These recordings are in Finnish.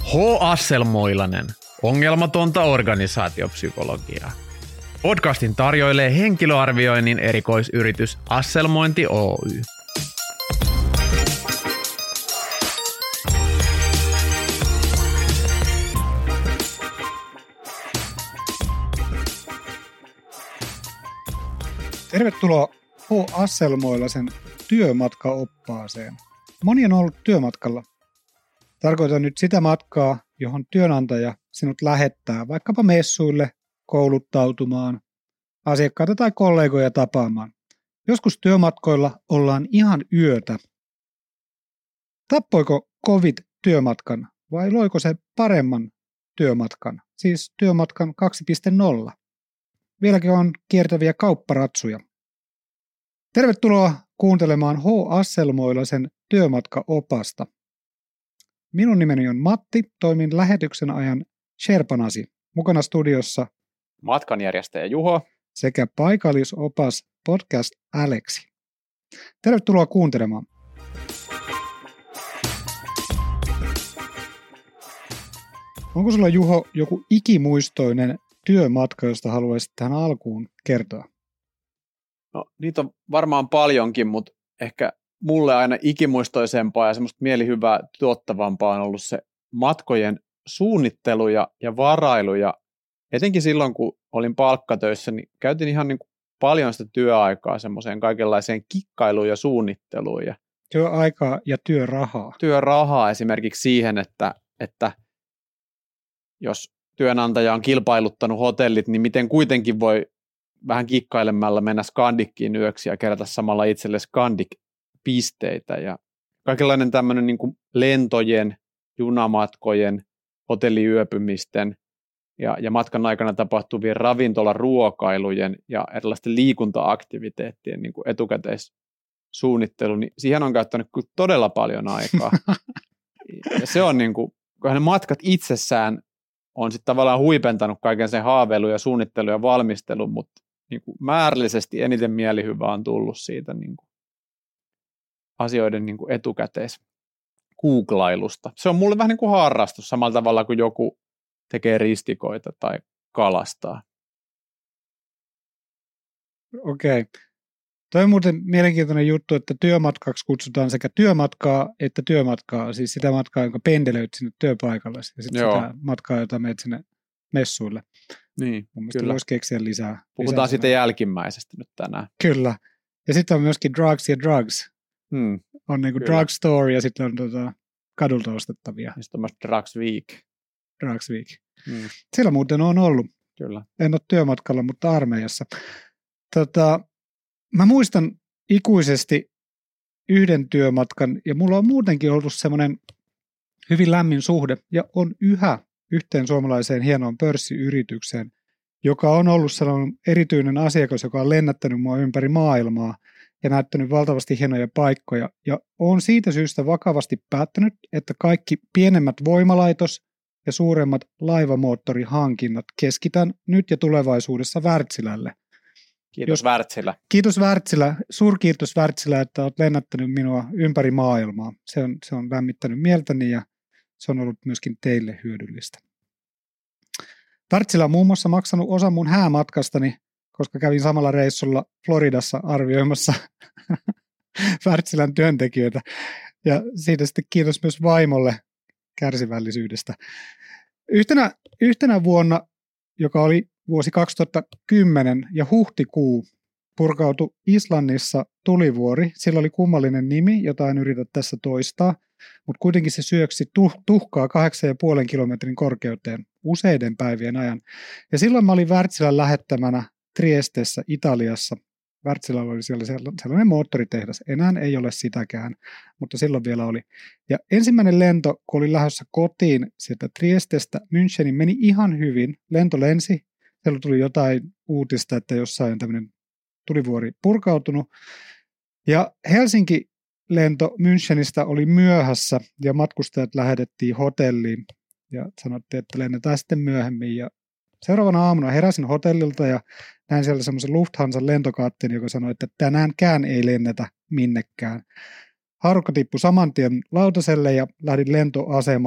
H. Asselmoilanen. Ongelmatonta organisaatiopsykologiaa. Podcastin tarjoilee henkilöarvioinnin erikoisyritys Asselmointi Oy. Tervetuloa H. Asselmoilasen työmatkaoppaaseen. Moni on ollut työmatkalla. Tarkoitan nyt sitä matkaa, johon työnantaja sinut lähettää vaikkapa messuille, kouluttautumaan, asiakkaita tai kollegoja tapaamaan. Joskus työmatkoilla ollaan ihan yötä. Tappoiko COVID työmatkan vai loiko se paremman työmatkan, siis työmatkan 2.0? Vieläkin on kiertäviä kaupparatsuja. Tervetuloa kuuntelemaan H. Asselmoilasen työmatkaopasta. Minun nimeni on Matti, toimin lähetyksen ajan Sherpanasi. Mukana studiossa matkanjärjestäjä Juho sekä paikallisopas podcast Aleksi. Tervetuloa kuuntelemaan. Onko sulla, Juho, joku ikimuistoinen työmatka, josta haluaisit tähän alkuun kertoa? No, niitä on varmaan paljonkin, mutta ehkä mulle aina ikimuistoisempaa ja semmoista mielihyvää tuottavampaa on ollut se matkojen suunnittelu ja varailu. Ja etenkin silloin, kun olin palkkatöissä, niin käytin ihan niin kuin paljon sitä työaikaa semmoiseen kaikenlaiseen kikkailuun ja suunnitteluun. Työaikaa ja työrahaa. Työrahaa esimerkiksi siihen, että jos työnantaja on kilpailuttanut hotellit, niin miten kuitenkin voi vähän kikkailemalla mennä Scandickiin yöksi ja kerätä samalla itselle Scandic-pisteitä. Ja kaikenlainen tämmöinen niin kuin lentojen, junamatkojen, hotelliyöpymisten ja matkan aikana tapahtuvien ravintolaruokailujen ja erilaisten liikunta-aktiviteettien niin kuin etukäteissuunnittelu, niin siihen on käyttänyt todella paljon aikaa. Ja se on niin kuin, kun ne matkat itsessään on sitten tavallaan huipentanut kaiken sen haaveilun ja suunnittelun ja valmistelun, mutta niin kuin määrällisesti eniten mielihyvää on tullut siitä niin kuin asioiden niin kuin etukäteis-googlailusta. Se on mulle vähän niin kuin harrastus samalla tavalla kuin joku tekee ristikoita tai kalastaa. Okei. Toi on muuten mielenkiintoinen juttu, että työmatkaksi kutsutaan sekä työmatkaa että työmatkaa, siis sitä matkaa, jonka pendelöit sinne työpaikalle, ja sitten sitä matkaa, jota menet sinne messuille. Niin, mun mielestä voisi keksiä lisää. Puhutaan siitä jälkimmäisestä nyt tänään. Kyllä. Ja sitten on myöskin drugs ja drugs. On niinku drugstore ja sitten on kadulta ostettavia. Ja sitten on myös drugs week. Drugs week. Siellä muuten on ollut. Kyllä. En ole työmatkalla, mutta armeijassa. Mä muistan ikuisesti yhden työmatkan, ja mulla on muutenkin ollut semmoinen hyvin lämmin suhde, ja on yhä yhteen suomalaiseen hienoon pörssiyritykseen, joka on ollut sellainen erityinen asiakas, joka on lennättänyt mua ympäri maailmaa ja näyttänyt valtavasti hienoja paikkoja. Ja olen siitä syystä vakavasti päättänyt, että kaikki pienemmät voimalaitos ja suuremmat laivamoottorihankinnat keskitän nyt ja tulevaisuudessa Wärtsilälle. Kiitos Wärtsilä. Kiitos Wärtsilä. Suurkiitos Wärtsilä, että olet lennättänyt minua ympäri maailmaa. Se on lämmittänyt mieltäni ja se on ollut myöskin teille hyödyllistä. Wärtsilä on muun muassa maksanut osan mun häämatkastani, koska kävin samalla reissulla Floridassa arvioimassa Wärtsilän työntekijöitä. Ja siitä sitten kiitos myös vaimolle kärsivällisyydestä. Yhtenä vuonna, joka oli vuosi 2010 ja huhtikuu, purkautui Islannissa tulivuori. Sillä oli kummallinen nimi, jota en yritä tässä toistaa, mutta kuitenkin se syöksi tuhkaa 8,5 kilometrin korkeuteen useiden päivien ajan. Ja silloin mä olin Wärtsilän lähettämänä Triestessä, Italiassa. Wärtsilällä oli siellä sellainen moottoritehdas. Enää ei ole sitäkään, mutta silloin vielä oli. Ja ensimmäinen lento, kun olin lähdössä kotiin sieltä Triestestä Münchenin, meni ihan hyvin. Lento lensi. Siellä tuli jotain uutista, että jossain tämmöinen tulivuori purkautunut. Ja Helsinki-lento Münchenistä oli myöhässä ja matkustajat lähetettiin hotelliin ja sanottiin, että lennetään sitten myöhemmin. Ja seuraavana aamuna heräsin hotellilta ja näin siellä semmoisen Lufthansan lentokaatteen, joka sanoi, että tänäänkään ei lennetä minnekään. Haarukka tippui saman tien lautaselle ja lähdin lentoasemalle.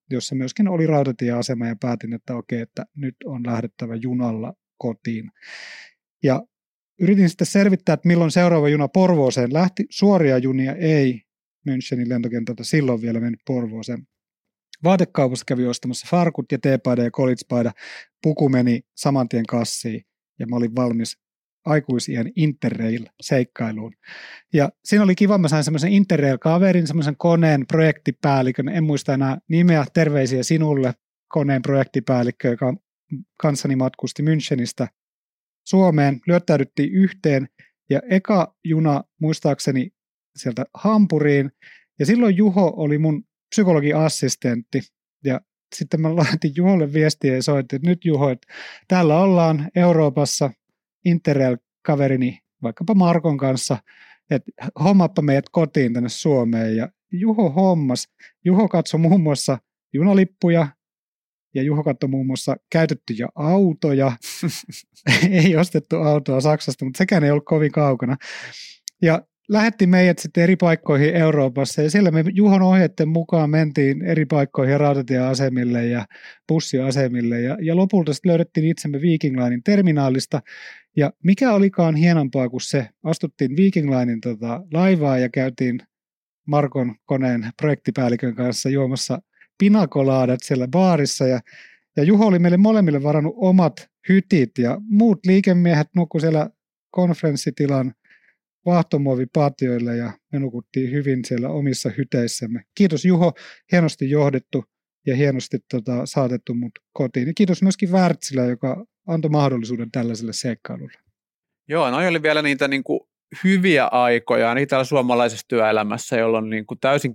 jossa myöskin oli rautatieasema ja päätin, että okei, että nyt on lähdettävä junalla kotiin. Ja yritin sitten selvittää, että milloin seuraava juna Porvooseen lähti. Suoria junia ei Münchenin lentokentältä silloin vielä mennyt Porvooseen. Vaatekaupassa kävi ostamassa farkut ja teepaida ja college-paida. Puku meni saman tien kassiin ja mä olin valmis aikuisien Interrail-seikkailuun. Ja siinä oli kiva, mä sain semmoisen Interrail-kaverin, semmoisen koneen projektipäällikön, en muista enää nimeä, terveisiä sinulle, koneen projektipäällikkö, joka kanssani matkusti Münchenistä Suomeen, lyöttäydyttiin yhteen ja eka juna muistaakseni sieltä Hampuriin ja silloin Juho oli mun psykologiassistentti ja sitten mä laitin Juholle viestiä ja soitin, että nyt Juho, että täällä ollaan Euroopassa Interrail-kaverini vaikkapa Markon kanssa, että hommaappa meidät kotiin tänne Suomeen ja Juho hommas. Juho katsoi muun muassa junalippuja ja Juho katsoi muun muassa käytettyjä autoja. Ei ostettu autoa Saksasta, mutta sekään ei ollut kovin kaukana. Ja lähetti meidät sitten eri paikkoihin Euroopassa ja siellä me Juhon ohjeiden mukaan mentiin eri paikkoihin ja rautatieasemille ja bussiasemille ja lopulta sitten löydettiin itsemme Viking Linen terminaalista ja mikä olikaan hienompaa kuin se, astuttiin Viking Linen laivaa ja käytiin Markon koneen projektipäällikön kanssa juomassa pinakolaadat siellä baarissa ja Juho oli meille molemmille varannut omat hytit ja muut liikemiehet nukkui siellä konferenssitilan vaahtomuovipatjoille ja me nukuttiin hyvin siellä omissa hyteissämme. Kiitos Juho, hienosti johdettu ja hienosti saatettu mut kotiin. Ja kiitos myöskin Wärtsilä, joka antoi mahdollisuuden tällaiselle seikkailulle. Joo, noi oli vielä niitä niinku hyviä aikoja, niitä täällä suomalaisessa työelämässä, jolloin niinku täysin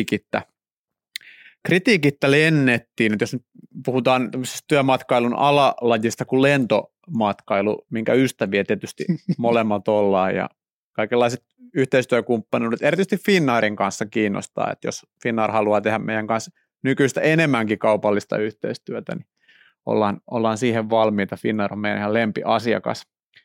kritiikittä lennettiin. Et jos nyt puhutaan työmatkailun alalajista kuin lentomatkailu, minkä ystäviä tietysti molemmat ollaan ja kaikenlaiset yhteistyökumppanuudet, erityisesti Finnairin kanssa kiinnostaa, että jos Finnair haluaa tehdä meidän kanssa nykyistä enemmänkin kaupallista yhteistyötä, niin ollaan siihen valmiita. Finnair on meidän ihan lempiasiakas.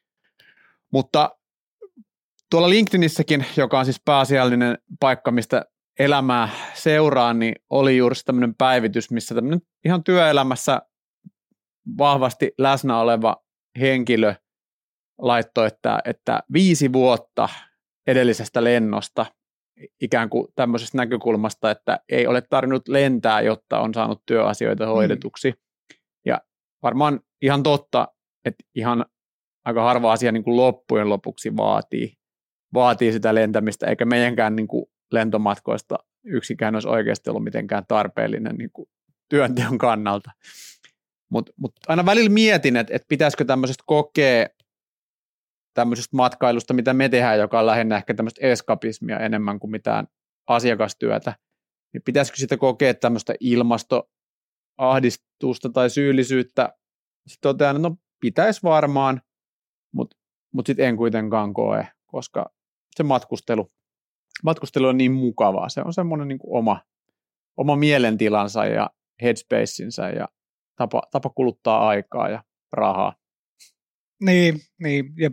Mutta tuolla LinkedInissäkin, joka on siis pääasiallinen paikka, mistä elämää seuraa, niin oli juuri tämmöinen päivitys, missä tämmöinen ihan työelämässä vahvasti läsnä oleva henkilö laittoi, että 5 vuotta edellisestä lennosta ikään kuin tämmöisestä näkökulmasta, että ei ole tarvinnut lentää, jotta on saanut työasioita hoidetuksi. Ja varmaan ihan totta, että ihan aika harva asia niin kuin loppujen lopuksi vaatii sitä lentämistä, eikä meidänkään niin kuin lentomatkoista yksikään olisi oikeasti ollut mitenkään tarpeellinen niin kuin työnteon kannalta. Mut aina välillä mietin, että pitäisikö tämmöisestä kokea tämmöisestä matkailusta, mitä me tehdään, joka on lähinnä ehkä tämmöistä eskapismia enemmän kuin mitään asiakastyötä, niin pitäisikö sitä kokea tämmöistä ilmastoahdistusta tai syyllisyyttä? Sitten totean, että no pitäisi varmaan, mutta sitten en kuitenkaan koe, koska se matkustelu on niin mukavaa. Se on semmoinen niin kuin oma mielentilansa ja headspaceinsa ja tapa kuluttaa aikaa ja rahaa. Niin, ja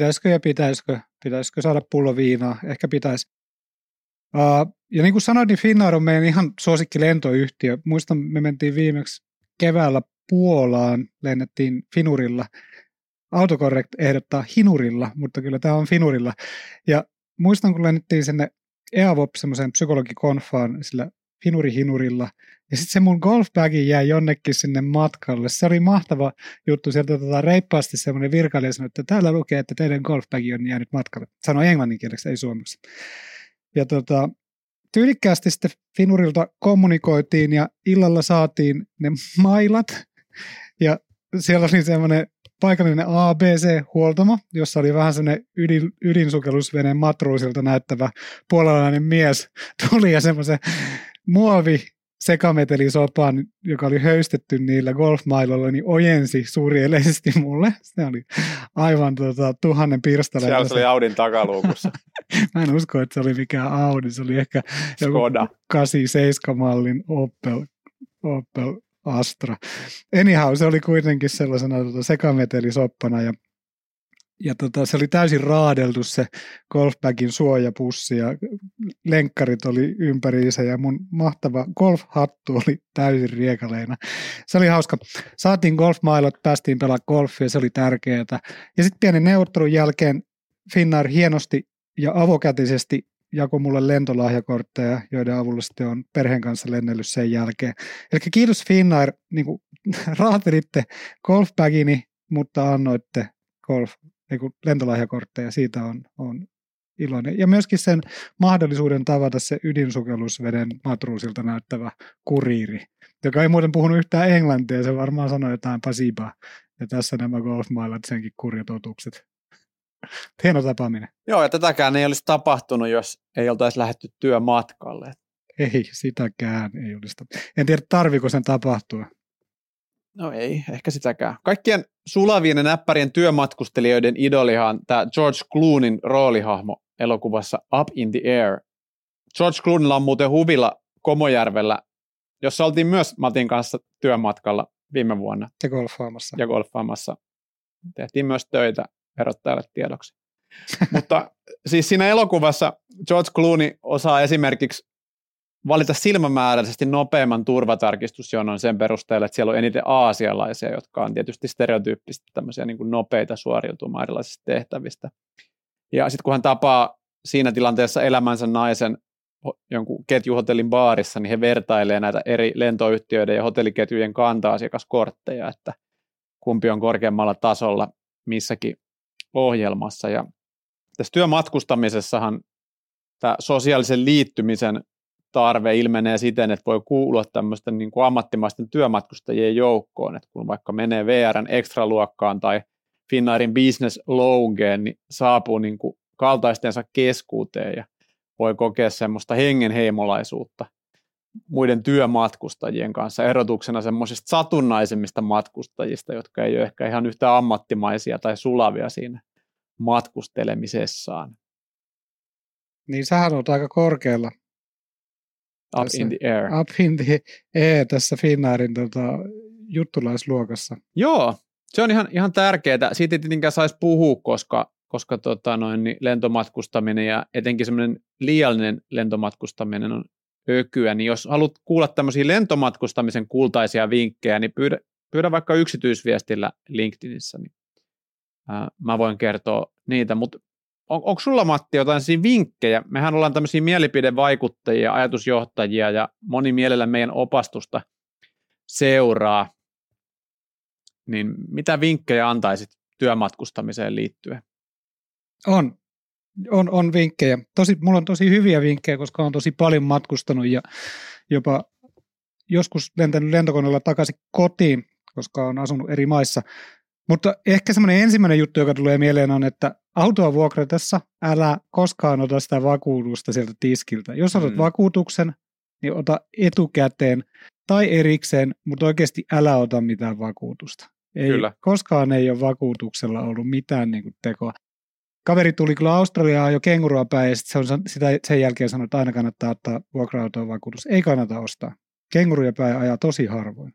pitäisikö saada pullo viinaa? Ehkä pitäisi. Ja niin kuin sanoin, niin Finnair on meidän ihan suosikki lentoyhtiö. Muistan, me mentiin viimeksi keväällä Puolaan, lennettiin Finurilla. Autocorrect ehdottaa Hinurilla, mutta kyllä tämä on Finurilla. Ja muistan, kun lennettiin sinne EAVOP semmoiseen psykologikonfaan sillä Hinurilla. Ja sitten se mun golfbagi jäi jonnekin sinne matkalle. Se oli mahtava juttu. Sieltä reippaasti semmoinen virkailija sanoi, että täällä lukee, että teidän golfbagi on jäänyt matkalle. Sanoi englanninkieleksi, ei suomeksi. Ja tyylikkäästi sitten Finurilta kommunikoitiin ja illalla saatiin ne mailat. Ja siellä oli semmoinen paikallinen ABC-huoltamo, jossa oli vähän semmoinen ydinsukellusveneen matruusilta näyttävä puolalainen mies. Tuli ja semmoisen sekametelisopan, joka oli höystetty niillä golfmailoilla, niin ojensi suurieleisesti mulle. Se oli aivan 1000 pirstaleita. Siellä se oli Audin takaluukussa. Mä en usko, että se oli mikään Audi. Se oli ehkä Skoda. 87-mallin Opel Astra. Anyhow, se oli kuitenkin sellaisena sekametelisoppana ja Ja se oli täysin raadeltu se golfbagin suojapussi ja lenkkarit oli ympäriinsä ja mun mahtava golfhattu oli täysin riekaleina. Se oli hauska. Saatiin golfmailot, päästiin pelaamaan golfia, se oli tärkeää. Ja sitten pienen neuvottelun jälkeen Finnair hienosti ja avokätisesti jakoi mulle lentolahjakortteja, joiden avulla sitten on perheen kanssa lennellyt sen jälkeen. Eli kiitos Finnair, niin kuin raatelitte golfbagini, mutta annoitte lentolahjakortteja, siitä on iloinen. Ja myöskin sen mahdollisuuden tavata se ydinsukellusveden matruusilta näyttävä kuriiri, joka ei muuten puhunut yhtään englantia, se varmaan sanoi jotain pasibaa. Ja tässä nämä golfmailat, senkin kurjatotukset. Hieno tapaaminen. Joo, ja tätäkään ei olisi tapahtunut, jos ei oltaisi lähdetty työmatkalle. Ei, sitäkään ei olisi. En tiedä, tarviko sen tapahtua. No ei, ehkä sitäkään. Kaikkien sulavien ja näppärien työmatkustelijoiden idolihan tämä George Clooneyn roolihahmo elokuvassa Up in the Air. George Clooneylla on muuten huvila Komojärvellä, jossa oltiin myös Matin kanssa työmatkalla viime vuonna. Ja golfaamassa. Tehtiin myös töitä verottajalle tiedoksi. Mutta siis siinä elokuvassa George Clooney osaa esimerkiksi valita silmämääräisesti nopeamman turvatarkistusjonon sen perusteella, että siellä on eniten aasialaisia, jotka on tietysti stereotyyppisesti tämmöisiä niin kuin nopeita suoriutumaan erilaisista tehtävistä. Ja sitten kun hän tapaa siinä tilanteessa elämänsä naisen jonkun ketjuhotellin baarissa, niin he vertailee näitä eri lentoyhtiöiden ja hotelliketjujen kanta-asiakaskortteja, että kumpi on korkeammalla tasolla missäkin ohjelmassa. Ja tässä työmatkustamisessahan tämä sosiaalisen liittymisen tarve ilmenee siten, että voi kuulua tämmöisten niin kuin ammattimaisten työmatkustajien joukkoon, että kun vaikka menee VR:n ekstraluokkaan tai Finnairin business loungeen, niin saapuu niin kuin kaltaistensa keskuuteen ja voi kokea semmoista hengenheimolaisuutta muiden työmatkustajien kanssa erotuksena semmoisista satunnaisemmista matkustajista, jotka ei ole ehkä ihan yhtä ammattimaisia tai sulavia siinä matkustelemisessaan. Niin sähän olet aika korkealla. Up tässä, in the air. Up in the air tässä Finnairin juttulaisluokassa. Joo, se on ihan tärkeää. Siitä ei tietenkään saisi puhua, koska lentomatkustaminen ja etenkin semmoinen liiallinen lentomatkustaminen on ökyä, niin jos haluat kuulla tämmöisiä lentomatkustamisen kultaisia vinkkejä, niin pyydä vaikka yksityisviestillä LinkedInissä, niin mä voin kertoa niitä, mutta onko sulla, Matti, jotain siinä vinkkejä? Mehän ollaan tämmöisiä mielipidevaikuttajia, ajatusjohtajia ja moni mielellä meidän opastusta seuraa, niin mitä vinkkejä antaisit työmatkustamiseen liittyen? On vinkkejä. Mulla on tosi hyviä vinkkejä, koska olen tosi paljon matkustanut ja jopa joskus lentänyt lentokoneella takaisin kotiin, koska olen asunut eri maissa. Mutta ehkä semmoinen ensimmäinen juttu, joka tulee mieleen on, että autoa vuokratessa älä koskaan ota sitä vakuutusta sieltä tiskiltä. Jos otat vakuutuksen, niin ota etukäteen tai erikseen, mutta oikeasti älä ota mitään vakuutusta. Koskaan ei ole vakuutuksella ollut mitään niin kuin tekoa. Kaveri tuli kyllä Australiaan jo kengurua päin ja sen jälkeen sanoi, että aina kannattaa ottaa vuokra-autoon vakuutus. Ei kannata ostaa. Kenguruja päin ajaa tosi harvoin.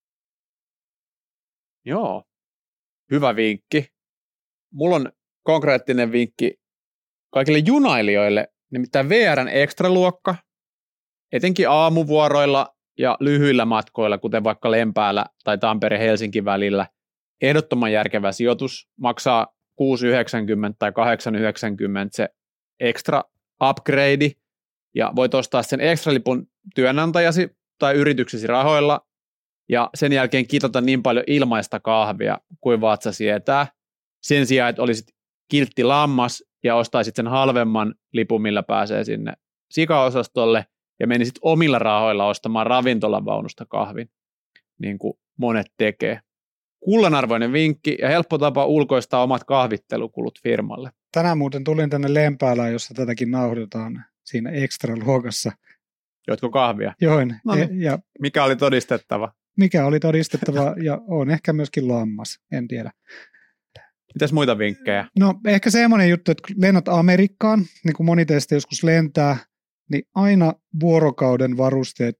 Joo, hyvä vinkki. Mulla on konkreettinen vinkki kaikille junailijoille, nimittäin VR:n ekstraluokka, etenkin aamuvuoroilla ja lyhyillä matkoilla, kuten vaikka Lempäälä tai Tampere-Helsinki välillä. Ehdottoman järkevä sijoitus, maksaa 6,90 tai 8,90 se extra upgrade, ja voit ostaa sen extra-lipun työnantajasi tai yrityksesi rahoilla, ja sen jälkeen kitata niin paljon ilmaista kahvia kuin vatsa sietää, sen sijaan, että olisit kiltti lammas ja ostaisit sen halvemman lipun, millä pääsee sinne sikaosastolle, ja menisit omilla rahoilla ostamaan ravintolavaunusta kahvin, niin kuin monet tekee. Kullanarvoinen vinkki ja helppo tapa ulkoistaa omat kahvittelukulut firmalle. Tänään muuten tulin tänne Lempäälään, jossa tätäkin nauhoitetaan siinä ekstra-luokassa. Joitko kahvia? Join. No niin. Ja mikä oli todistettava? Mikä oli todistettava ja on ehkä myöskin lammas, en tiedä. Mitäs muita vinkkejä? No ehkä semmoinen juttu, että kun lennät Amerikkaan, niin kuin moni teistä joskus lentää, niin aina vuorokauden varusteet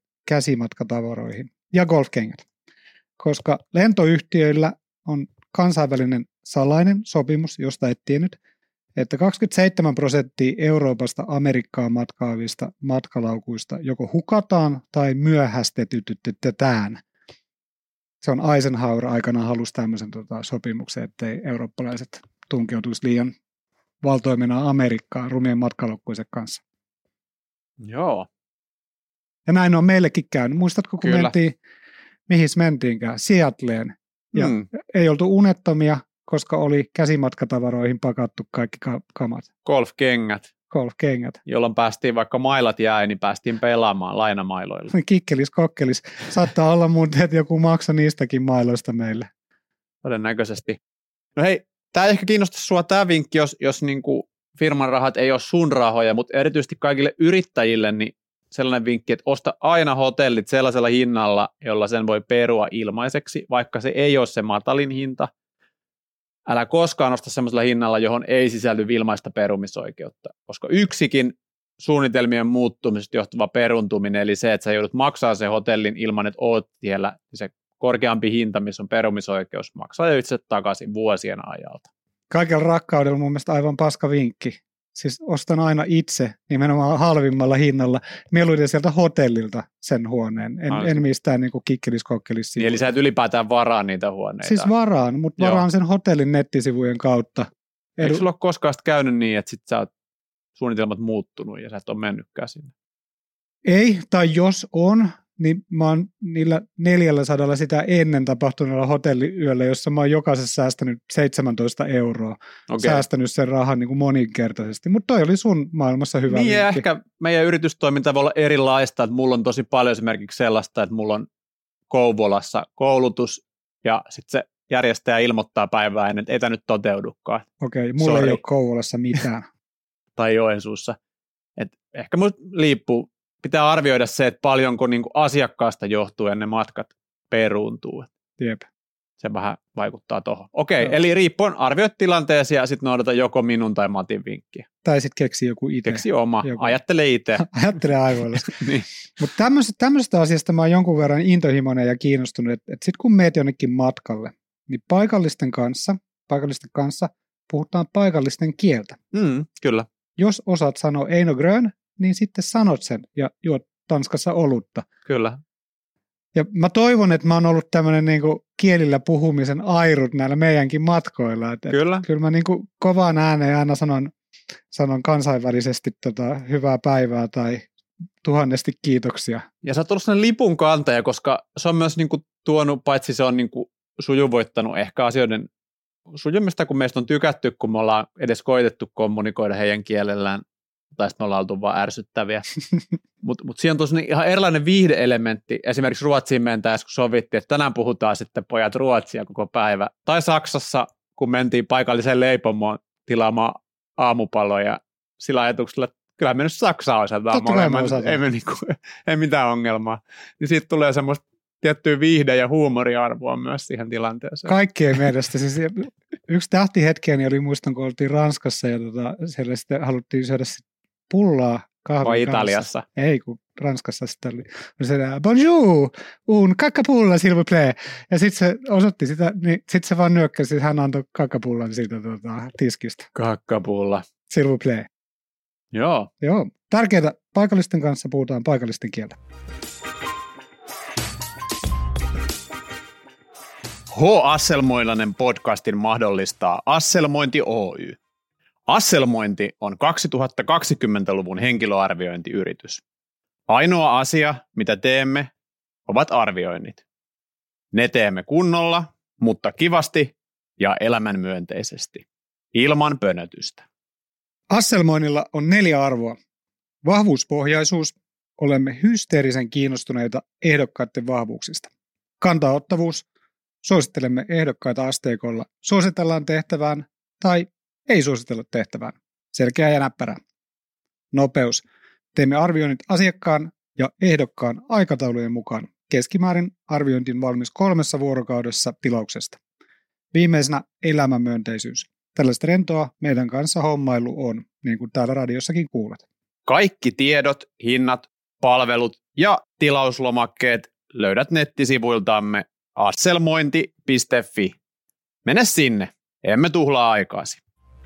käsimatkatavaroihin ja golfkengät. Koska lentoyhtiöillä on kansainvälinen salainen sopimus, josta et tiennyt, että 27% Euroopasta Amerikkaan matkaavista matkalaukuista joko hukataan tai myöhästetytetään. Se on Eisenhower aikanaan halusi tämmöisen sopimuksen, ettei eurooppalaiset tunkeutuisi liian valtoimena Amerikkaan rumien matkalaukkuisen kanssa. Joo. Ja näin on meillekin käynyt. Muistatko, kun Kyllä. mihin mentiinkään? Seattleen. Ja ei oltu unettomia, koska oli käsimatkatavaroihin pakattu kaikki kamat. Golfkengät, jolloin päästiin, vaikka mailat jäi, niin päästiin pelaamaan lainamailoilla. Kikkelis, kokkelis. Saattaa olla muuten, että joku maksaa niistäkin mailoista meille. Todennäköisesti. No hei, tämä ehkä kiinnostaisi sinua tämä vinkki, jos niin kuin firman rahat ei ole sun rahoja, mutta erityisesti kaikille yrittäjille, niin sellainen vinkki, että osta aina hotellit sellaisella hinnalla, jolla sen voi perua ilmaiseksi, vaikka se ei ole se matalin hinta. Älä koskaan osta sellaisella hinnalla, johon ei sisälly ilmaista perumisoikeutta, koska yksikin suunnitelmien muuttumisesta johtuva peruntuminen, eli se, että sä joudut maksaa sen hotellin ilman, että oot siellä, niin se korkeampi hinta, missä on perumisoikeus, maksaa jo itse takaisin vuosien ajalta. Kaikella rakkaudella mun mielestä aivan paska vinkki. Siis ostan aina itse nimenomaan halvimmalla hinnalla, mieluiten sieltä hotellilta sen huoneen, en mistään niin kikkelis-kokkelis. Eli sä et ylipäätään varaa niitä huoneita? Siis varaan, mutta varaan sen hotellin nettisivujen kautta. Eikö sulla ole koskaan käynyt niin, että sit sä oot suunnitelmat muuttunut ja sä et ole mennytkään sinne? Ei, tai jos on, niin mä oon niillä 400 sitä ennen tapahtuneella hotelliyöllä, jossa mä oon jokaisessa säästänyt 17 €. Säästänyt sen rahan niin kuin moninkertaisesti, mutta toi oli sun maailmassa hyvä niin, vinkki. Ja ehkä meidän yritystoiminta voi olla erilaista, että mulla on tosi paljon esimerkiksi sellaista, että mulla on Kouvolassa koulutus ja sitten se järjestäjä ilmoittaa päivää ennen, että ei tämä nyt toteudukaan. Okei, mulla ei ole Kouvolassa mitään. Tai Joensuussa. Et ehkä musta liippuu. Pitää arvioida se, että paljonko niinku asiakkaasta johtuen ne matkat peruuntuu. Jep. Se vähän vaikuttaa tuohon. Okei, eli riippuen arvioit tilanteesi ja sitten noudata joko minun tai Matin vinkkiä. Tai sitten keksi joku itse. Keksi oma, ajattele itse. Ajattele aivoilla. Niin. Mutta tämmöisestä asiasta mä oon jonkun verran intohimoinen ja kiinnostunut, että sitten kun meet jonnekin matkalle, niin paikallisten kanssa puhutaan paikallisten kieltä. Kyllä. Jos osaat sanoa Eino Grön, niin sitten sanot sen ja juot Tanskassa olutta. Kyllä. Ja mä toivon, että mä oon ollut tämmöinen niinku kielillä puhumisen airut näillä meidänkin matkoilla. Kyllä. Kyllä mä niinku kovaan ääneen aina sanon kansainvälisesti hyvää päivää tai tuhannesti kiitoksia. Ja sä oot ollut sellainen lipun kantaja, koska se on myös niinku tuonut, paitsi se on niinku sujuvoittanut ehkä asioiden sujumista, kun meistä on tykätty, kun me ollaan edes koitettu kommunikoida heidän kielellään, tai sitten me ollaan oltu vaan ärsyttäviä. Mutta siinä on tosiaan ihan erilainen viihde-elementti. Esimerkiksi Ruotsiin mentäessä, kun sovittiin, että tänään puhutaan sitten pojat ruotsia koko päivä. Tai Saksassa, kun mentiin paikalliseen leipomoon tilaamaan aamupaloja sillä ajatuksella, että kyllä me nyt Saksaa osataan molemmat. Ei mitään ongelmaa. Niin siitä tulee semmoista tiettyä viihde- ja huumoriarvoa myös siihen tilanteeseen. Kaikkien mielestä. Siis yksi tähtihetkeeni oli, muistan, kun oltiin Ranskassa ja siellä sitten haluttiin syödä pullaa kahvin vai kanssa. Italiassa? Ei, kun Ranskassa sitten oli se, bonjour, un kakkapulla, s'il vous plaît. Ja sitten se osoitti sitä, niin sitten se vaan nyökkäsi, että hän antoi kakkapullan siitä tiskistä. Kakkapulla. S'il vous plaît. Joo. Joo, tärkeää. Paikallisten kanssa puhutaan paikallisten kieltä. Asselmoilainen podcastin mahdollistaa Asselmointi Oy. Asselmointi on 2020-luvun henkilöarviointiyritys. Ainoa asia, mitä teemme, ovat arvioinnit. Ne teemme kunnolla, mutta kivasti ja elämänmyönteisesti, ilman pönötystä. Asselmoinnilla on 4 arvoa. Vahvuuspohjaisuus. Olemme hysteerisen kiinnostuneita ehdokkaiden vahvuuksista. Kantaottavuus. Suosittelemme ehdokkaita asteikolla. Suositellaan tehtävään tai ei suositella tehtävään. Selkeä ja näppärää. Nopeus. Teemme arvioinnit asiakkaan ja ehdokkaan aikataulujen mukaan. Keskimäärin arviointi on valmis 3 vuorokaudessa tilauksesta. Viimeisenä elämänmyönteisyys. Tällaista rentoa meidän kanssa hommailu on, niin kuin täällä radiossakin kuulet. Kaikki tiedot, hinnat, palvelut ja tilauslomakkeet löydät nettisivuiltamme asselmointi.fi. Mene sinne emme tuhlaa aikaasi.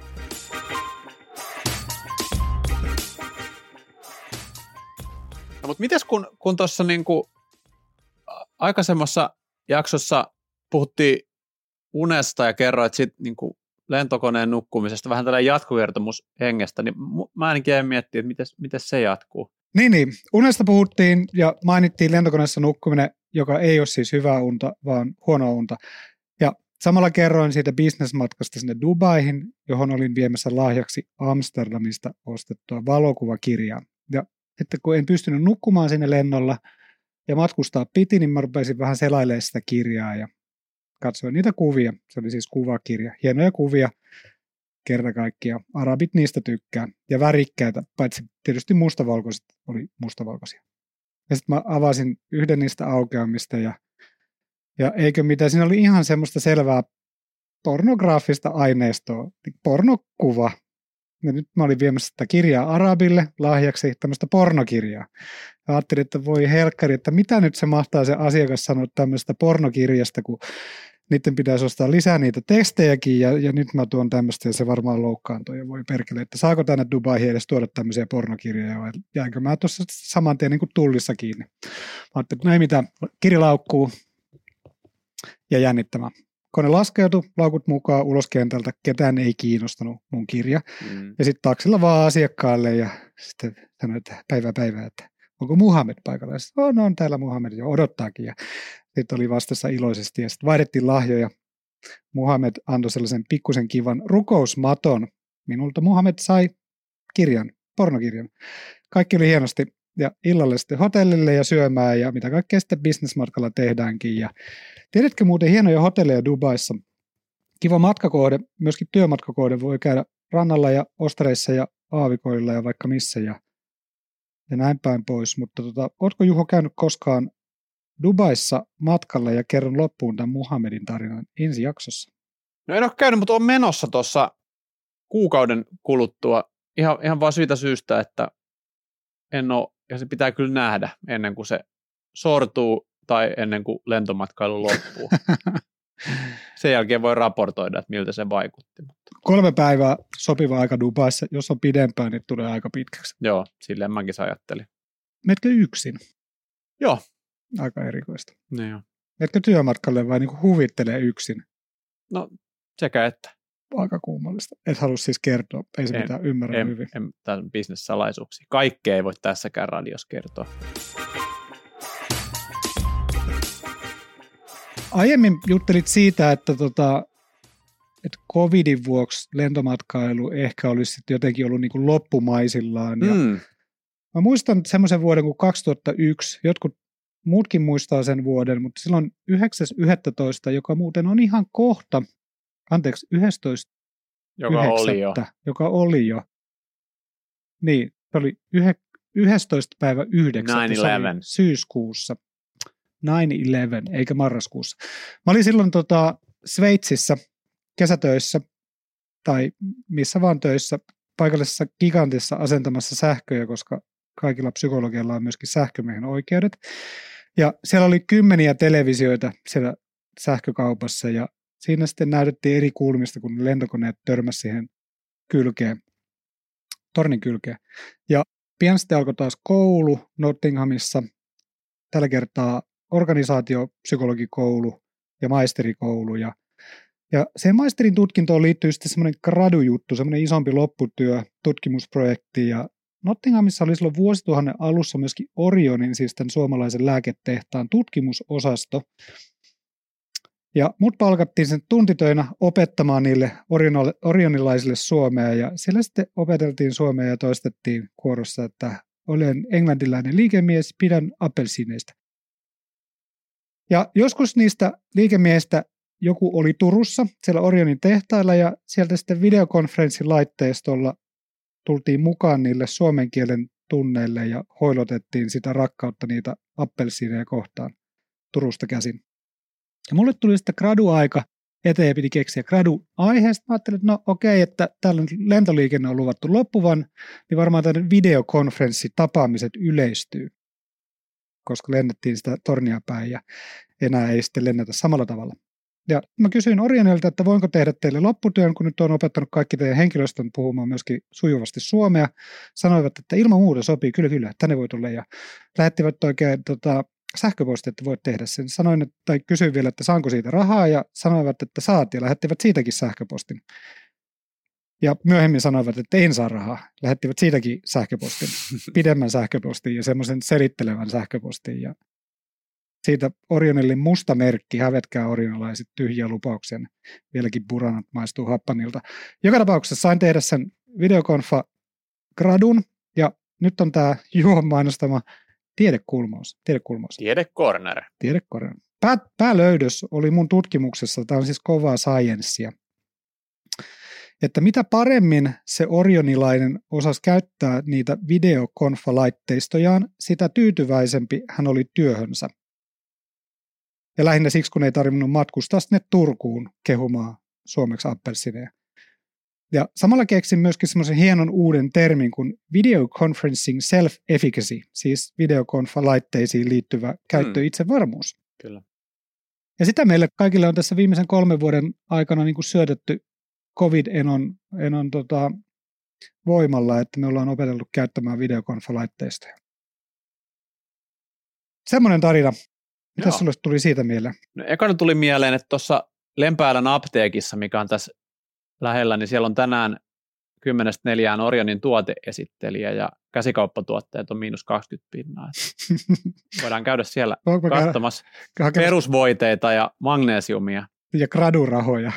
No, mutta mites kun tuossa niinku aikaisemmassa jaksossa puhuttiin unesta ja kerroit sit niinku lentokoneen nukkumisesta, vähän tällainen jatkokertomus hengestä, niin mä ainakin jäin miettimään, että miten se jatkuu. Niin, unesta puhuttiin ja mainittiin lentokoneessa nukkuminen, joka ei ole siis hyvää unta, vaan huonoa unta. Ja samalla kerroin siitä businessmatkasta sinne Dubaihin, johon olin viemässä lahjaksi Amsterdamista ostettua valokuvakirjaa. Ja että kun en pystynyt nukkumaan sinne lennolla ja matkustaa piti, niin mä rupesin vähän selailemaan sitä kirjaa ja katsoin niitä kuvia. Se oli siis kuvakirja. Hienoja kuvia. Kerta kaikkiaan. Arabit niistä tykkää. Ja värikkäitä, paitsi tietysti mustavalkoiset oli mustavalkoisia. Ja sitten mä avasin yhden niistä aukeamista ja eikö mitä, siinä oli ihan semmoista selvää pornograafista aineistoa. Pornokuva. Ja nyt mä olin viemässä sitä kirjaa Arabille lahjaksi, tämmöistä pornokirjaa. Ja ajattelin, että voi helkkari, että mitä nyt se mahtaa se asiakas sanoa tämmöistä pornokirjasta, kun niiden pitäisi ostaa lisää niitä tekstejäkin, ja nyt mä tuon tämmöistä, ja se varmaan loukkaantuu, ja voi perkele, että saako tänne Dubaihin edes tuoda tämmöisiä pornokirjoja, vai jäänkö mä tuossa saman tien niin kuin tullissa kiinni. Mä ajattelin, että no ei mitään, kirja laukkuu, ja jännittämään. Kone laskeutui, laukut mukaan ulos kentältä, ketään ei kiinnostanut mun kirja. Ja sitten taksilla vaan asiakkaalle, ja sitten sanoi, että päivää, että onko Muhammed paikalla? Ja sitten, no on täällä Muhammed jo odottaakin, ja sitten oli vastassa iloisesti, ja sitten vaihdettiin lahjoja. Muhammed antoi sellaisen pikkusen kivan rukousmaton. Minulta Muhammed sai kirjan, pornokirjan. Kaikki oli hienosti, ja illalle sitten hotellille ja syömään, ja mitä kaikkea sitten businessmatkalla tehdäänkin. Ja tiedätkö muuten hienoja hotelleja Dubaissa? Kiva matkakohde, myöskin työmatkakohde, voi käydä rannalla ja ostareissa ja aavikoilla ja vaikka missä, ja näin päin pois. Mutta ootko Juho käynyt koskaan Dubaissa matkalla ja kerron loppuun tämän Muhammedin tarinan ensi jaksossa? No en ole käynyt, mutta olen menossa tuossa kuukauden kuluttua ihan vaan siitä syystä, että en ole, ja se pitää kyllä nähdä ennen kuin se sortuu tai ennen kuin lentomatkailu loppuu. Sen jälkeen voi raportoida, että miltä se vaikutti. 3 päivää sopiva aika Dubaissa. Jos on pidempään, niin tulee aika pitkäksi. Joo, silleen mäkin ajattelin. Meetkö yksin? Joo. Aika erikoista. No joo. Meetkö työmatkalle vai niin huvittelee yksin? No sekä että. Aika kummallista. Et halua siis kertoa. Ei se mitään ymmärrä hyvin. Tämä on bisnessalaisuuksia. Kaikkea ei voi tässäkään radiossa kertoa. Aiemmin juttelit siitä, että covidin vuoksi lentomatkailu ehkä olisi jotenkin ollut niin kuin loppumaisillaan. Ja mä muistan semmoisen vuoden kuin 2001. Jotkut muutkin muistaa sen vuoden, mutta silloin 9.11., joka muuten on ihan kohta, 11. Joka oli jo. Niin, se oli 11. päivä 9. syyskuussa. 9/11, eikä marraskuussa. Mä olin silloin Sveitsissä kesätöissä, tai missä vaan töissä, paikallisessa gigantissa asentamassa sähköjä, koska kaikilla psykologialla on myöskin sähkömiehen oikeudet. Ja siellä oli 10 televisioita siellä sähkökaupassa, ja siinä sitten näytettiin eri kulmista, kun lentokoneet törmäsi siihen tornin kylkeen. Ja pian sitten alkoi taas koulu Nottinghamissa, tällä kertaa organisaatiopsykologikoulu ja maisterikoulu. Ja sen maisterin tutkintoon liittyy sitten semmoinen gradujuttu, semmoinen isompi lopputyö, tutkimusprojekti. Ja Nottinghamissa oli silloin vuosituhannen alussa myöskin Orionin, siis tämän suomalaisen lääketehtaan tutkimusosasto. Ja mut palkattiin sen tuntitöinä opettamaan niille orionilaisille suomea, ja siellä sitten opeteltiin suomea ja toistettiin kuorossa, että olen englantilainen liikemies, pidän appelsiineista. Ja joskus niistä liikemiehistä joku oli Turussa, siellä Orionin tehtailla, ja sieltä sitten videokonferenssin laitteistolla tultiin mukaan niille suomen kielen tunneille ja hoilotettiin sitä rakkautta niitä appelsiineja kohtaan Turusta käsin. Ja mulle tuli sitten gradu-aika eteen ja piti keksiä gradu-aiheesta. Mä ajattelin, että no okei, että täällä lentoliikenne on luvattu loppuvan, niin varmaan tämän videokonferenssitapaamiset yleistyy, koska lennettiin sitä tornia päin ja enää ei sitten lennetä samalla tavalla. Ja mä kysyin Orionilta, että voinko tehdä teille lopputyön, kun nyt olen opettanut kaikki teidän henkilöstön puhumaan myöskin sujuvasti suomea. Sanoivat, että ilman muuta sopii, kyllä, tänne voi tulla. Ja lähettivät oikein sähköposti, että voit tehdä sen. Kysyin vielä, että saanko siitä rahaa, ja sanoivat, että saat, ja lähettivät siitäkin sähköpostin. Ja myöhemmin sanoivat, että en saa rahaa. Lähettivät siitäkin sähköpostin, pidemmän sähköpostin ja semmoisen selittelevän sähköpostin. Ja siitä Orionille musta merkki, hävetkää orionilaiset, tyhjiä lupauksia. Vieläkin buranat maistuu happanilta. Joka tapauksessa sain tehdä sen videokonfa-gradun, ja nyt on tämä Juhon mainostama tiedekulmaus. Tiedecorner. Päälöydös oli mun tutkimuksessa, tämä on siis kovaa sciencea, että mitä paremmin se orionilainen osasi käyttää niitä videokonfa-laitteistojaan, sitä tyytyväisempi hän oli työhönsä. Ja lähinnä siksi, kun ei tarvinnut matkustaa sinne Turkuun kehumaan suomeksi appelsineja. Ja samalla keksin myöskin semmoisen hienon uuden termin kuin video conferencing self-efficacy, siis videokonfa-laitteisiin liittyvä käyttöitsevarmuus. Kyllä. Ja sitä meille kaikille on tässä viimeisen 3 vuoden aikana niin kuin syötetty COVID-enon voimalla, että me ollaan opeteltu käyttämään videokonfa-laitteistoja. Semmoinen tarina. Mitä sulle tuli siitä mieleen? No, ekana tuli mieleen, että tuossa Lempäälän apteekissa, mikä on tässä lähellä, niin siellä on tänään 10-4 Orionin tuoteesittelijä ja käsikauppatuotteet on -20%. Voidaan käydä siellä katsomassa perusvoiteita ja magnesiumia. Ja gradurahoja.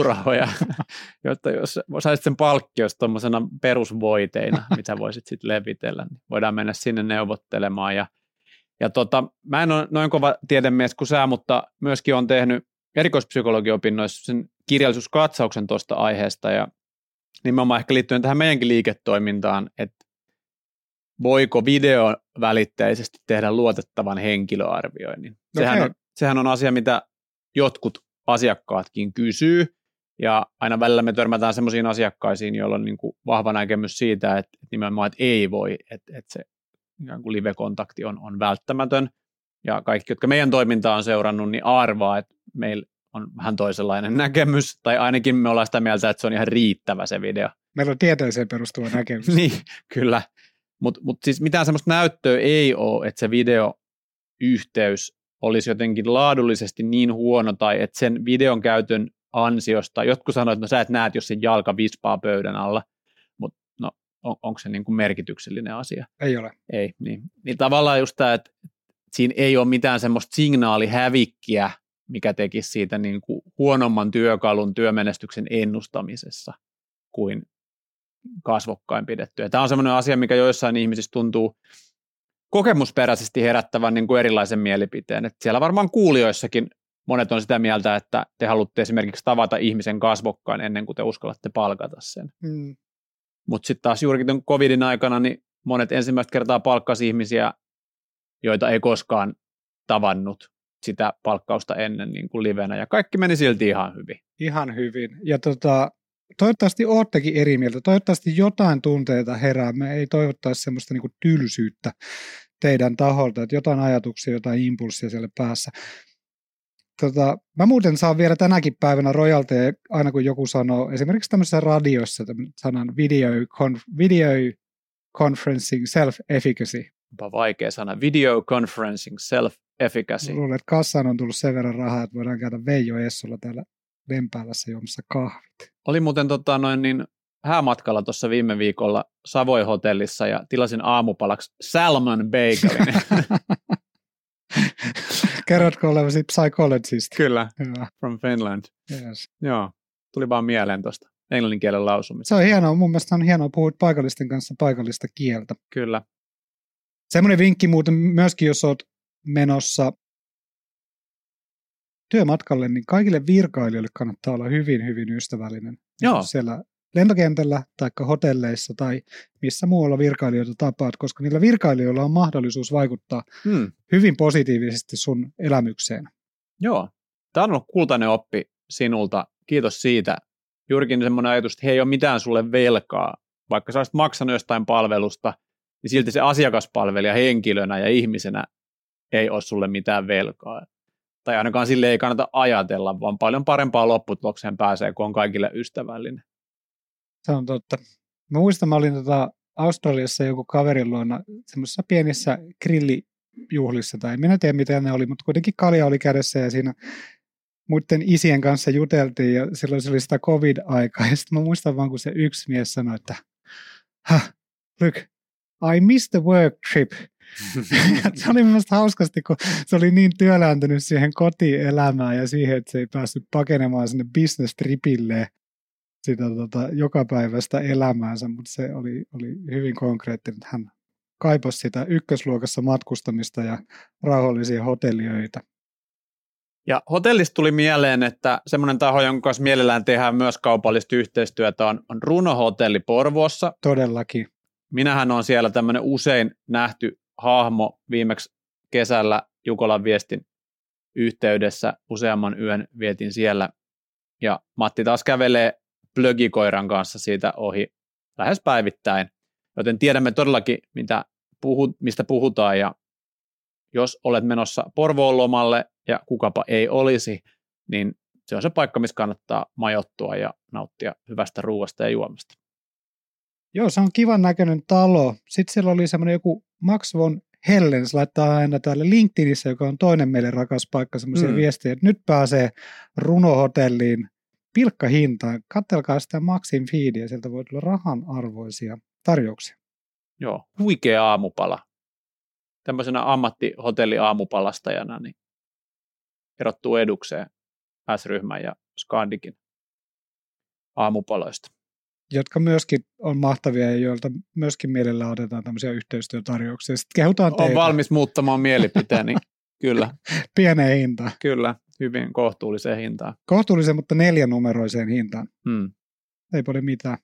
Jotta jos saisit sen palkkiosta tuommoisena perusvoiteina, mitä voisit sitten levitellä, niin voidaan mennä sinne neuvottelemaan. Ja mä en ole noin kova tiedemies kuin sä, mutta myöskin olen tehnyt erikoispsykologiopinnoissa sen kirjallisuuskatsauksen tuosta aiheesta, ja nimenomaan ehkä liittyen tähän meidänkin liiketoimintaan, että voiko videovälitteisesti tehdä luotettavan henkilöarvioinnin. Sehän on asia, mitä jotkut asiakkaatkin kysyy, ja aina välillä me törmätään semmoisiin asiakkaisiin, joilla on niin kuin vahva näkemys siitä, että nimenomaan että ei voi, että se ikään kuin live-kontakti on välttämätön, ja kaikki, jotka meidän toimintaa on seurannut, niin arvaa, että meillä on vähän toisenlainen näkemys, tai ainakin me ollaan sitä mieltä, että se on ihan riittävä se video. Meillä on tieteeseen perustuva näkemys. Niin, kyllä. Mutta siis mitään semmoista näyttöä ei ole, että se videoyhteys olisi jotenkin laadullisesti niin huono, tai että sen videon käytön ansiosta, jotkut sanoivat, että no sä et näet, jos se jalka vispaa pöydän alla, mutta no onko se niin kuin merkityksellinen asia? Ei ole. Ei, niin tavallaan just tämä, että siinä ei ole mitään semmoista signaalihävikkiä, mikä tekisi siitä niin kuin huonomman työkalun työmenestyksen ennustamisessa kuin kasvokkain pidettyä. Tämä on semmoinen asia, mikä joissain ihmisissä tuntuu kokemusperäisesti herättävän niin kuin erilaisen mielipiteen. Että siellä varmaan kuulijoissakin monet on sitä mieltä, että te haluatte esimerkiksi tavata ihmisen kasvokkain ennen kuin te uskallatte palkata sen. Mutta sitten taas juurikin tämän covidin aikana niin monet ensimmäistä kertaa palkkasi ihmisiä, joita ei koskaan tavannut sitä palkkausta ennen niin kuin livenä, ja kaikki meni silti ihan hyvin. Ihan hyvin. Ja toivottavasti oottekin eri mieltä. Toivottavasti jotain tunteita herää. Me ei toivottaisi semmoista niin kuin tylsyyttä teidän taholta, että jotain ajatuksia, jotain impulssia siellä päässä. Mä muuten saan vielä tänäkin päivänä rojalteja, aina kun joku sanoo, esimerkiksi tämmöisessä radiossa tämän sanan video conferencing self-efficacy. Onpa vaikea sana. Video conferencing self-efficacy. Luulen, että kassaan on tullut sen verran rahaa, että voidaan käydä Veijo Essolla täällä Lempäälässä juomassa kahvit. Oli muuten häämatkalla tuossa viime viikolla Savoy-hotellissa ja tilasin aamupalaksi salmon bagelin. Kerrotko olevasi psychologist? Kyllä, Hyvä. From Finland. Yes. Joo, tuli vaan mieleen tuosta englannin kielen lausumista. Se on hienoa, mun mielestä on hienoa puhua paikallisten kanssa paikallista kieltä. Kyllä. Semmoinen vinkki muuten myöskin, jos olet menossa työmatkalle, niin kaikille virkailijoille kannattaa olla hyvin, hyvin ystävällinen. Joo. Siellä lentokentällä tai hotelleissa tai missä muualla virkailijoita tapaat, koska niillä virkailijoilla on mahdollisuus vaikuttaa hyvin positiivisesti sun elämykseen. Joo. Tämä on ollut kultainen oppi sinulta. Kiitos siitä. Juurikin semmoinen ajatus, että he ei ole mitään sulle velkaa. Vaikka sä olisit maksanut jostain palvelusta, niin silti se asiakaspalvelija henkilönä ja ihmisenä ei ole sulle mitään velkaa. Tai ainakaan sille ei kannata ajatella, vaan paljon parempaan lopputulokseen pääsee, kun on kaikille ystävällinen. Se on totta. Mä muistan, mä olin Australiassa joku kaverin luona semmoisissa pienissä grillijuhlissa, tai minä en tiedä mitä ne oli, mutta kuitenkin kalja oli kädessä ja siinä muiden isien kanssa juteltiin ja silloin se oli sitä covid-aikaa. Ja sitten mä muistan vaan, kun se yksi mies sanoi, että look, I missed the work trip. Se oli mielestäni hauskasti, kun se oli niin työlääntynyt siihen kotielämään ja siihen, että se ei päässyt pakenemaan sinne business-tripille sitä jokapäiväistä elämäänsä, mutta se oli hyvin konkreettinen, että hän kaipasi sitä ykkösluokassa matkustamista ja rauhallisia hotelliöitä. Ja hotellista tuli mieleen, että semmoinen taho, jonka kanssa mielellään tehdään myös kaupallista yhteistyötä, on Runo Hotelli Porvoossa. Todellakin. Minähän on siellä tämmöinen usein nähty hahmo. Viimeksi kesällä Jukolan viestin yhteydessä useamman yön vietin siellä. Ja Matti taas kävelee plögikoiran kanssa siitä ohi lähes päivittäin. Joten tiedämme todellakin, mistä puhutaan. Ja jos olet menossa Porvoon lomalle ja kukapa ei olisi, niin se on se paikka, missä kannattaa majoittua ja nauttia hyvästä ruuasta ja juomasta. Joo, se on kivan näköinen talo. Sitten siellä oli semmoinen joku Max von Hellens, laittaa aina täällä LinkedInissä, joka on toinen meille rakas paikka, semmoisia viestejä, että nyt pääsee Runo-hotelliin pilkkahintaan. Katselkaa sitä Maxin feedia, sieltä voi tulla rahan arvoisia tarjouksia. Joo, huikea aamupala. Tämmöisenä ammattihotelli-aamupalastajana niin erottuu edukseen S-ryhmän ja Scandikin aamupaloista. Jotka myöskin on mahtavia ja joilta myöskin mielellään otetaan tämmöisiä yhteistyötarjouksia. Sitten kehutaan teitä. On valmis muuttamaan mielipiteeni, kyllä. Pieneen hintaan. Kyllä, hyvin kohtuulliseen hintaan. Kohtuullisen, mutta 4-numeroiseen hintaan. Ei paljon mitään.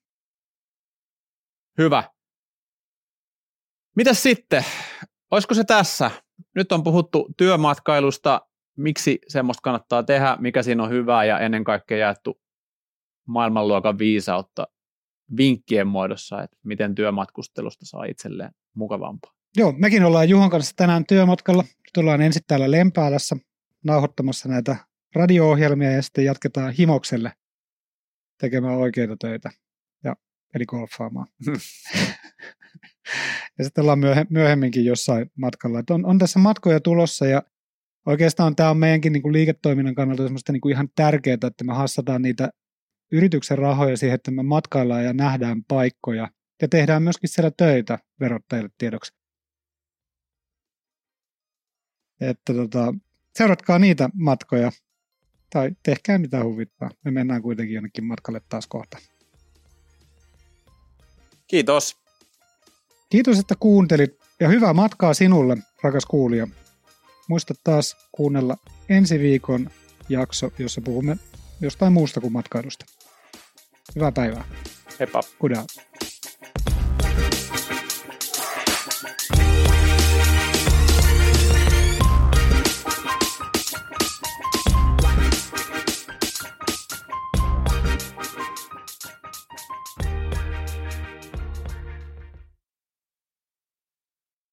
Hyvä. Mitäs sitten? Olisiko se tässä? Nyt on puhuttu työmatkailusta, miksi semmoista kannattaa tehdä, mikä siinä on hyvää ja ennen kaikkea jaettu maailmanluokan viisautta vinkkien muodossa, että miten työmatkustelusta saa itselleen mukavampaa. Joo, mekin ollaan Juhon kanssa tänään työmatkalla. Nyt ollaan ensin täällä Lempäälässä nauhoittamassa näitä radio-ohjelmia ja sitten jatketaan Himokselle tekemään oikeita töitä, eli golfaamaan. Ja sitten ollaan myöhemminkin jossain matkalla. Että on tässä matkoja tulossa ja oikeastaan tämä on meidänkin niin kuin liiketoiminnan kannalta semmoista niin kuin ihan tärkeää, että me hassataan niitä yrityksen rahoja siihen, että me matkaillaan ja nähdään paikkoja ja tehdään myöskin siellä töitä verottajille tiedoksi. Että seuratkaa niitä matkoja tai tehkää mitä huvittaa. Me mennään kuitenkin jonnekin matkalle taas kohta. Kiitos. Kiitos, että kuuntelit ja hyvää matkaa sinulle, rakas kuulija. Muista taas kuunnella ensi viikon jakso, jossa puhumme jostain muusta kuin matkailusta. Hyvää päivää. Heippa. Good out.